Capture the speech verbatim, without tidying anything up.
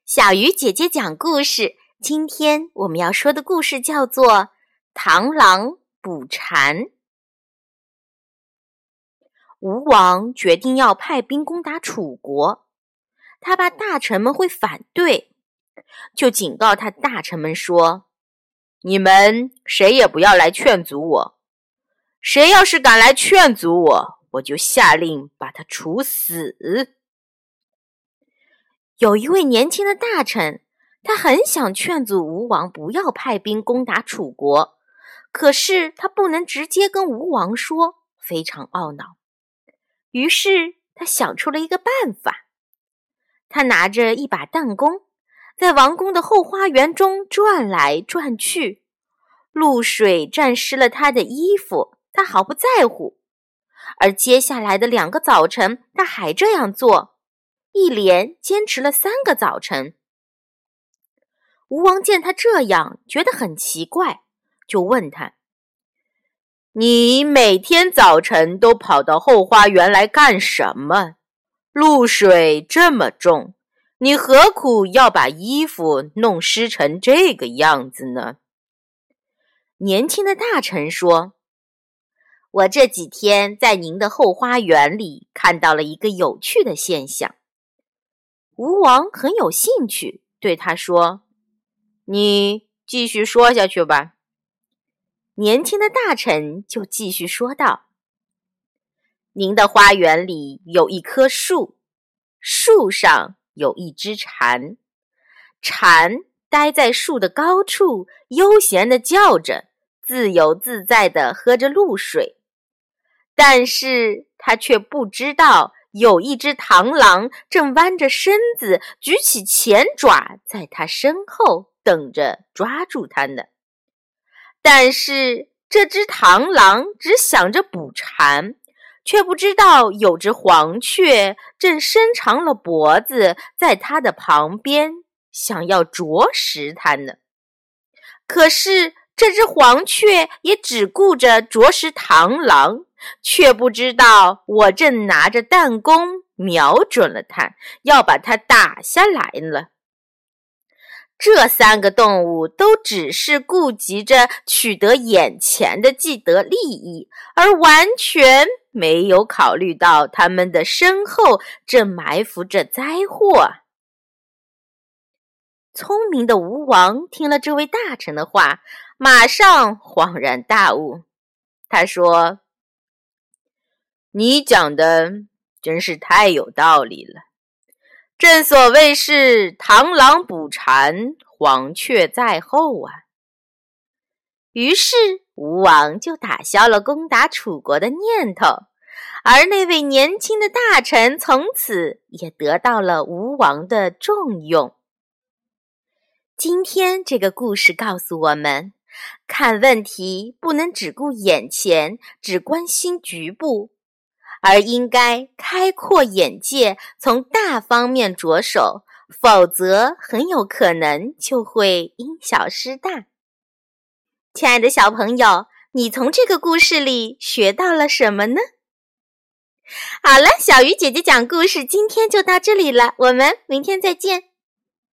小鱼姐姐讲故事，今天我们要说的故事叫做《螳螂捕蝉》。吴王决定要派兵攻打楚国，他怕大臣们会反对，就警告他大臣们说：你们谁也不要来劝阻我，谁要是敢来劝阻我，我就下令把他处死。有一位年轻的大臣，他很想劝阻吴王不要派兵攻打楚国，可是他不能直接跟吴王说，非常懊恼。于是他想出了一个办法，他拿着一把弹弓，在王宫的后花园中转来转去，露水沾湿了他的衣服，他毫不在乎。而接下来的两个早晨，他还这样做，一连坚持了三个早晨。吴王见他这样，觉得很奇怪，就问他：你每天早晨都跑到后花园来干什么？露水这么重，你何苦要把衣服弄湿成这个样子呢？年轻的大臣说：我这几天在您的后花园里看到了一个有趣的现象。吴王很有兴趣，对他说：你继续说下去吧。年轻的大臣就继续说道：您的花园里有一棵树，树上有一只蝉，蝉待在树的高处，悠闲地叫着，自由自在地喝着露水。但是它却不知道有一只螳螂正弯着身子，举起前爪，在它身后等着抓住它呢。但是这只螳螂只想着捕蝉，却不知道有只黄雀正伸长了脖子，在它的旁边，想要啄食它呢。可是这只黄雀也只顾着啄食螳螂，却不知道我正拿着弹弓瞄准了它，要把它打下来了。这三个动物都只是顾及着取得眼前的既得利益，而完全没有考虑到他们的身后正埋伏着灾祸。聪明的吴王听了这位大臣的话，马上恍然大悟。他说：你讲的真是太有道理了，正所谓是螳螂捕蝉，黄雀在后啊。于是吴王就打消了攻打楚国的念头，而那位年轻的大臣从此也得到了吴王的重用。今天这个故事告诉我们，看问题不能只顾眼前，只关心局部，而应该开阔眼界，从大方面着手，否则很有可能就会因小失大。亲爱的小朋友，你从这个故事里学到了什么呢？好了，小鱼姐姐讲故事今天就到这里了，我们明天再见。